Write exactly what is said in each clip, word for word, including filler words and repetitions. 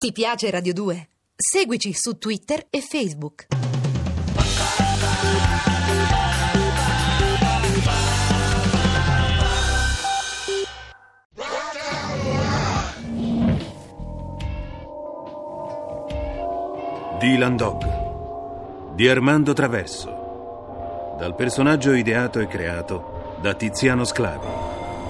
Ti piace Radio due? Seguici su Twitter e Facebook. Dylan Dog di Armando Traverso, dal personaggio ideato e creato da Tiziano Sclavi.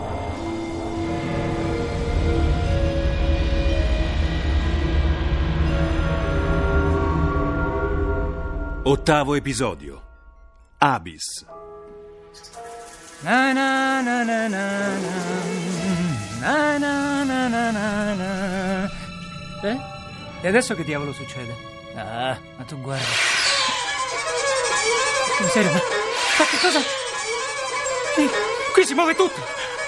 Ottavo episodio. Abyss. Na na na na na na na na na na na. Beh, e adesso che diavolo succede? Ah, ma tu guarda. In serio, ma, ma che cosa? Qui, qui si muove tutto.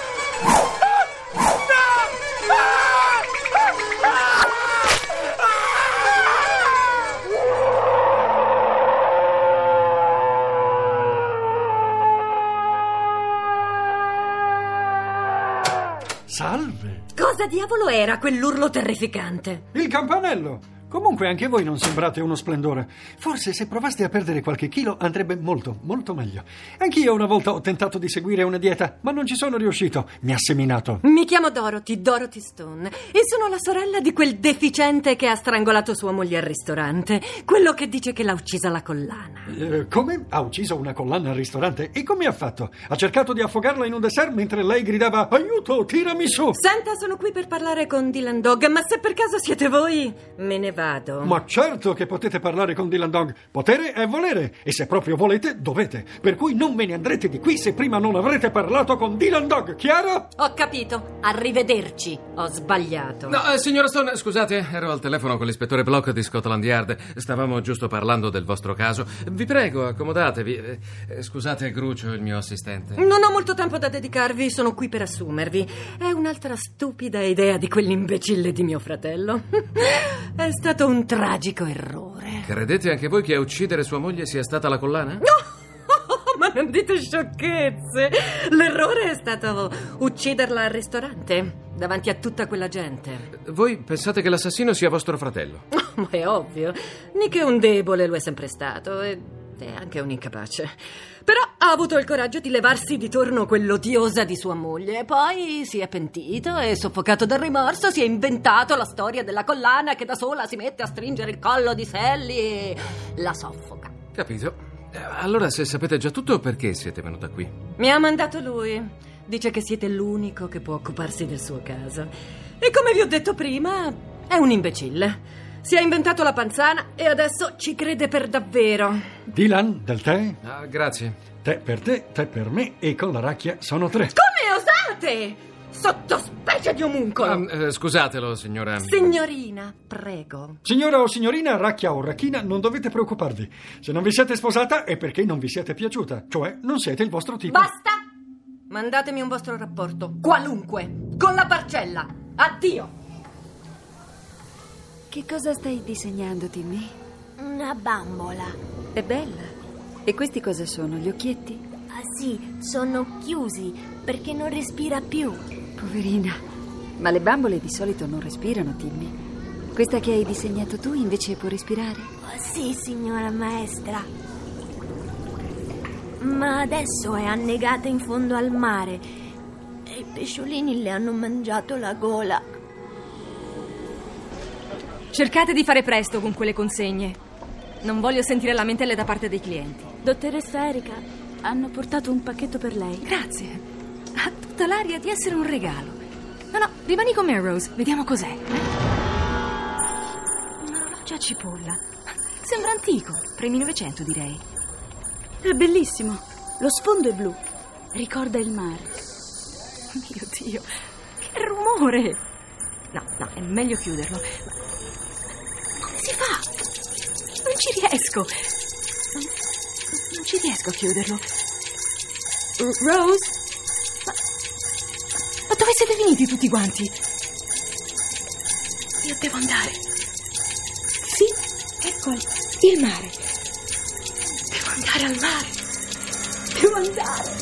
Salve! Cosa diavolo era quell'urlo terrificante? Il campanello! Comunque anche voi non sembrate uno splendore. Forse se provaste a perdere qualche chilo andrebbe molto, molto meglio. Anch'io una volta ho tentato di seguire una dieta, ma non ci sono riuscito. Mi ha seminato. Mi chiamo Dorothy, Dorothy Stone, e sono la sorella di quel deficiente che ha strangolato sua moglie al ristorante. Quello che dice che l'ha uccisa la collana. Eh, come? Ha ucciso una collana al ristorante? E come ha fatto? Ha cercato di affogarla in un dessert mentre lei gridava aiuto, tirami su! Senta, sono qui per parlare con Dylan Dog, ma se per caso siete voi, me ne vado. Ma certo che potete parlare con Dylan Dog. Potere è volere, e se proprio volete, dovete. Per cui non ve ne andrete di qui se prima non avrete parlato con Dylan Dog, chiaro? Ho capito. Arrivederci. Ho sbagliato. No, eh, signora Stone, scusate, ero al telefono con l'ispettore Block di Scotland Yard. Stavamo giusto parlando del vostro caso. Vi prego, accomodatevi. Eh, eh, scusate, Grucio, il mio assistente. Non ho molto tempo da dedicarvi, sono qui per assumervi. È un'altra stupida idea di quell'imbecille di mio fratello. È stato un tragico errore. Credete anche voi che a uccidere sua moglie sia stata la collana? No! Ma non dite sciocchezze. L'errore è stato ucciderla al ristorante davanti a tutta quella gente. Voi pensate che l'assassino sia vostro fratello? Oh, ma è ovvio. Nick è un debole, lo è sempre stato, e è anche un incapace. Però ha avuto il coraggio di levarsi di torno quell'odiosa di sua moglie. E poi si è pentito e, soffocato dal rimorso, si è inventato la storia della collana che da sola si mette a stringere il collo di Sally e la soffoca. Capito. Allora, se sapete già tutto, perché siete venuta qui? Mi ha mandato lui. Dice che siete l'unico che può occuparsi del suo caso. E come vi ho detto prima, è un imbecille. Si è inventato la panzana e adesso ci crede per davvero. Dylan, del tè? Ah, grazie. Tè per te, tè per me, e con la racchia sono tre. Come osate? Sottospecie di omuncolo! Ah, eh, scusatelo, signora. Signorina, prego. Signora o signorina, racchia o racchina, non dovete preoccuparvi. Se non vi siete sposata è perché non vi siete piaciuta. Cioè, non siete il vostro tipo. Basta! Mandatemi un vostro rapporto, qualunque, con la parcella. Addio! Che cosa stai disegnando, Timmy? Una bambola. È bella. E questi cosa sono, gli occhietti? Ah sì, sono chiusi perché non respira più. Poverina. Ma le bambole di solito non respirano, Timmy. Questa che hai disegnato tu invece può respirare? Ah, sì, signora maestra. Ma adesso è annegata in fondo al mare e i pesciolini le hanno mangiato la gola. Cercate di fare presto con quelle consegne. Non voglio sentire lamentele da parte dei clienti. Dottoressa Erika, hanno portato un pacchetto per lei. Grazie. Ha tutta l'aria di essere un regalo. No, no, rimani con me, Rose. Vediamo cos'è. Un orologio a cipolla. Sembra antico. Pre-millenovecento, direi. È bellissimo. Lo sfondo è blu. Ricorda il mare. Mio Dio, che rumore. No, no, è meglio chiuderlo. Come si fa? Non ci riesco. Non, non ci riesco a chiuderlo. R- Rose? Ma, ma dove siete finiti tutti quanti? Io devo andare. Sì, ecco il mare. Devo andare al mare. Devo andare.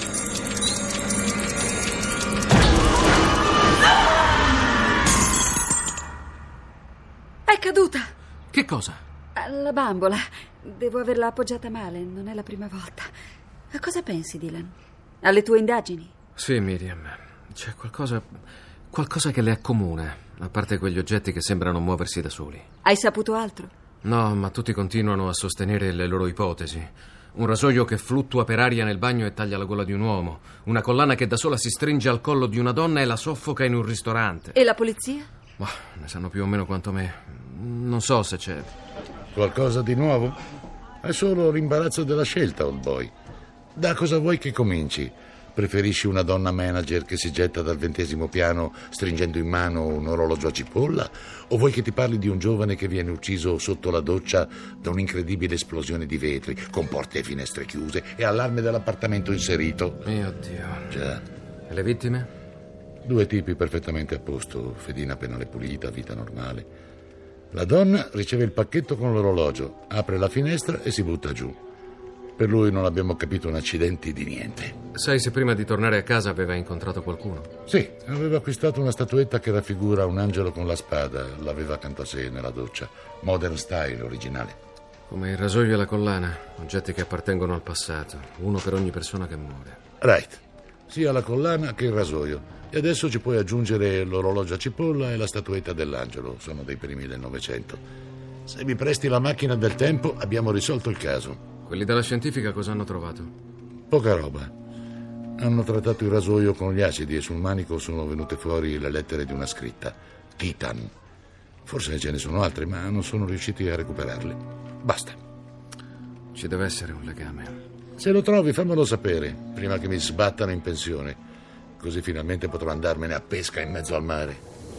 È caduta! Che cosa? La bambola. Devo averla appoggiata male, non è la prima volta. A cosa pensi, Dylan? Alle tue indagini? Sì, Miriam. C'è qualcosa... qualcosa che le accomuna, a parte quegli oggetti che sembrano muoversi da soli. Hai saputo altro? No, ma tutti continuano a sostenere le loro ipotesi. Un rasoio che fluttua per aria nel bagno e taglia la gola di un uomo. Una collana che da sola si stringe al collo di una donna e la soffoca in un ristorante. E la polizia? Ma ne sanno più o meno quanto me. Non so se c'è... Qualcosa di nuovo? È solo l'imbarazzo della scelta, old boy. Da cosa vuoi che cominci? Preferisci una donna manager che si getta dal ventesimo piano stringendo in mano un orologio a cipolla? O vuoi che ti parli di un giovane che viene ucciso sotto la doccia da un'incredibile esplosione di vetri, con porte e finestre chiuse e allarme dell'appartamento inserito? Mio Dio. Già. E le vittime? Due tipi perfettamente a posto, fedina penale pulita, vita normale. La donna riceve il pacchetto con l'orologio, apre la finestra e si butta giù. Per lui non abbiamo capito un accidente di niente. Sai se prima di tornare a casa aveva incontrato qualcuno? Sì, aveva acquistato una statuetta che raffigura un angelo con la spada. L'aveva accanto a sé nella doccia. Modern style, originale. Come il rasoio e la collana, oggetti che appartengono al passato. Uno per ogni persona che muore. Right. Sia la collana che il rasoio. E adesso ci puoi aggiungere l'orologio a cipolla e la statuetta dell'angelo. Sono dei primi del Novecento. Se mi presti la macchina del tempo, abbiamo risolto il caso. Quelli della scientifica cosa hanno trovato? Poca roba. Hanno trattato il rasoio con gli acidi e sul manico sono venute fuori le lettere di una scritta. Titan. Forse ce ne sono altre, ma non sono riusciti a recuperarle. Basta. Ci deve essere un legame. Se lo trovi, fammelo sapere, prima che mi sbattano in pensione. Così finalmente potrò andarmene a pesca in mezzo al mare.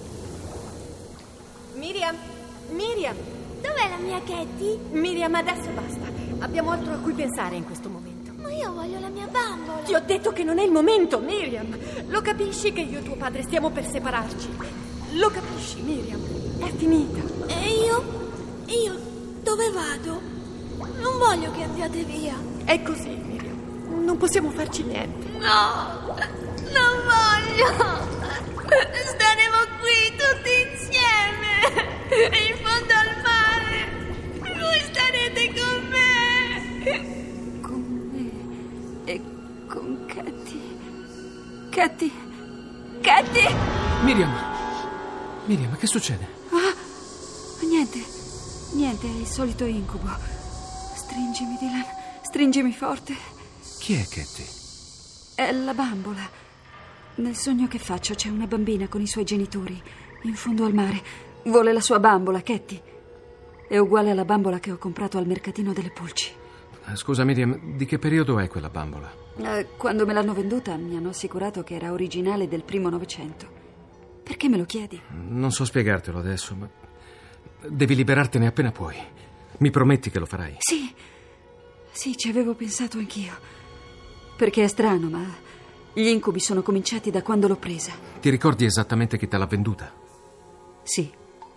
Miriam! Miriam! Dov'è la mia Katie? Miriam, adesso basta. Abbiamo altro a cui pensare in questo momento. Ma io voglio la mia bambola. Ti ho detto che non è il momento, Miriam. Lo capisci che io e tuo padre stiamo per separarci? Lo capisci, Miriam? È finita. E io? Io dove vado? Non voglio che andiate via. È così, Miriam. Non possiamo farci niente. No, non voglio. Staremo qui tutti insieme. In fondo al mare. Voi starete con me. Con me e con Katie. Katie. Katie. Miriam. Miriam, che succede? Ah, niente. Niente, è il solito incubo. Stringimi, Dylan. Stringimi forte. Chi è Katie? È la bambola. Nel sogno che faccio c'è una bambina con i suoi genitori in fondo al mare. Vuole la sua bambola, Katie. È uguale alla bambola che ho comprato al mercatino delle pulci. Scusa, Miriam, di che periodo è quella bambola? Eh, quando me l'hanno venduta mi hanno assicurato che era originale del primo Novecento. Perché me lo chiedi? Non so spiegartelo adesso, ma devi liberartene appena puoi. Mi prometti che lo farai? Sì, sì, ci avevo pensato anch'io. Perché è strano, ma gli incubi sono cominciati da quando l'ho presa. Ti ricordi esattamente chi te l'ha venduta? Sì.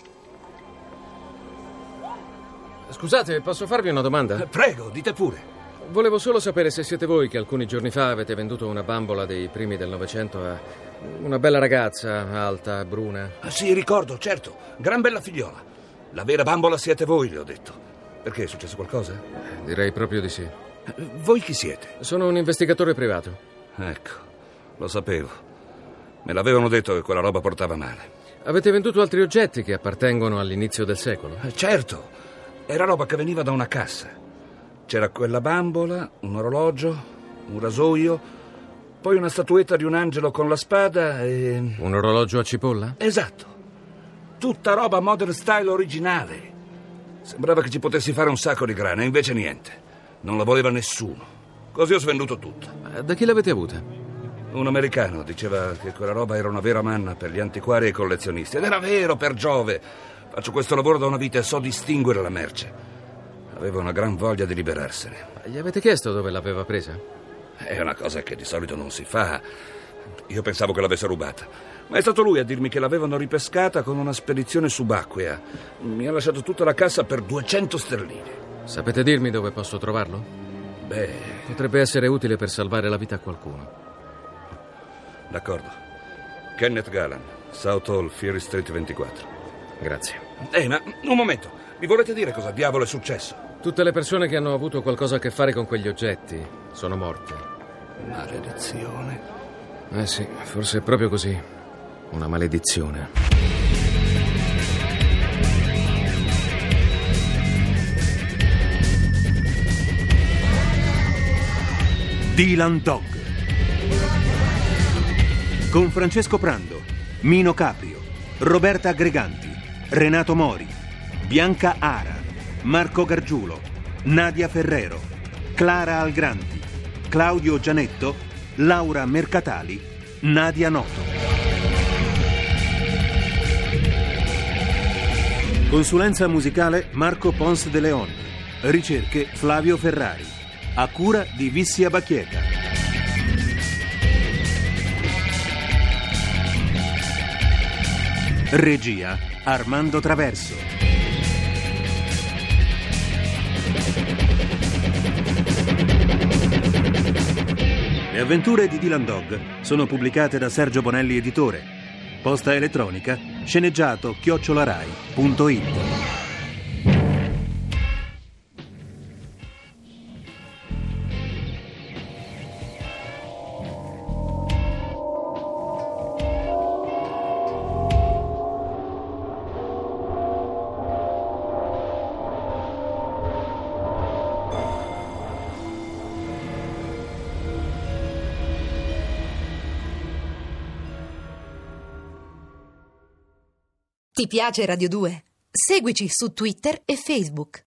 Scusate, posso farvi una domanda? Eh, prego, dite pure. Volevo solo sapere se siete voi che alcuni giorni fa avete venduto una bambola dei primi del Novecento a una bella ragazza, alta, bruna. Ah, sì, ricordo, certo. Gran bella figliola. La vera bambola siete voi, le ho detto. Perché è successo qualcosa? Direi proprio di sì. Eh, voi chi siete? Sono un investigatore privato. Ecco, lo sapevo. Me l'avevano detto che quella roba portava male. Avete venduto altri oggetti che appartengono all'inizio del secolo? Eh, certo. Era roba che veniva da una cassa. C'era quella bambola, un orologio, un rasoio, poi una statuetta di un angelo con la spada e... Un orologio a cipolla? Esatto. Tutta roba modern style originale. Sembrava che ci potessi fare un sacco di grana, invece niente. Non la voleva nessuno. Così ho svenduto tutto. Da chi l'avete avuta? Un americano diceva che quella roba era una vera manna per gli antiquari e i collezionisti. Ed era vero, per Giove. Faccio questo lavoro da una vita e so distinguere la merce. Aveva una gran voglia di liberarsene. Gli avete chiesto dove l'aveva presa? È una cosa che di solito non si fa. Io pensavo che l'avesse rubata. Ma è stato lui a dirmi che l'avevano ripescata con una spedizione subacquea. Mi ha lasciato tutta la cassa per duecento sterline. Sapete dirmi dove posso trovarlo? Beh... Potrebbe essere utile per salvare la vita a qualcuno. D'accordo. Kenneth Gallan, South Hall, Fury Street ventiquattro. Grazie. Ehi, ma un momento. Mi volete dire cosa diavolo è successo? Tutte le persone che hanno avuto qualcosa a che fare con quegli oggetti sono morte. Maledizione. Eh sì, forse è proprio così. Una maledizione. Dylan Dog con Francesco Prando, Mino Caprio, Roberta Greganti, Renato Mori, Bianca Ara, Marco Gargiulo, Nadia Ferrero, Clara Algranti, Claudio Gianetto, Laura Mercatali, Nadia Noto. Consulenza musicale Marco Pons de Leon. Ricerche Flavio Ferrari. A cura di Vissia Bacchieca. Regia Armando Traverso. Le avventure di Dylan Dog sono pubblicate da Sergio Bonelli Editore. Posta elettronica sceneggiato chiocciolarai punto it. Ti piace Radio due? Seguici su Twitter e Facebook.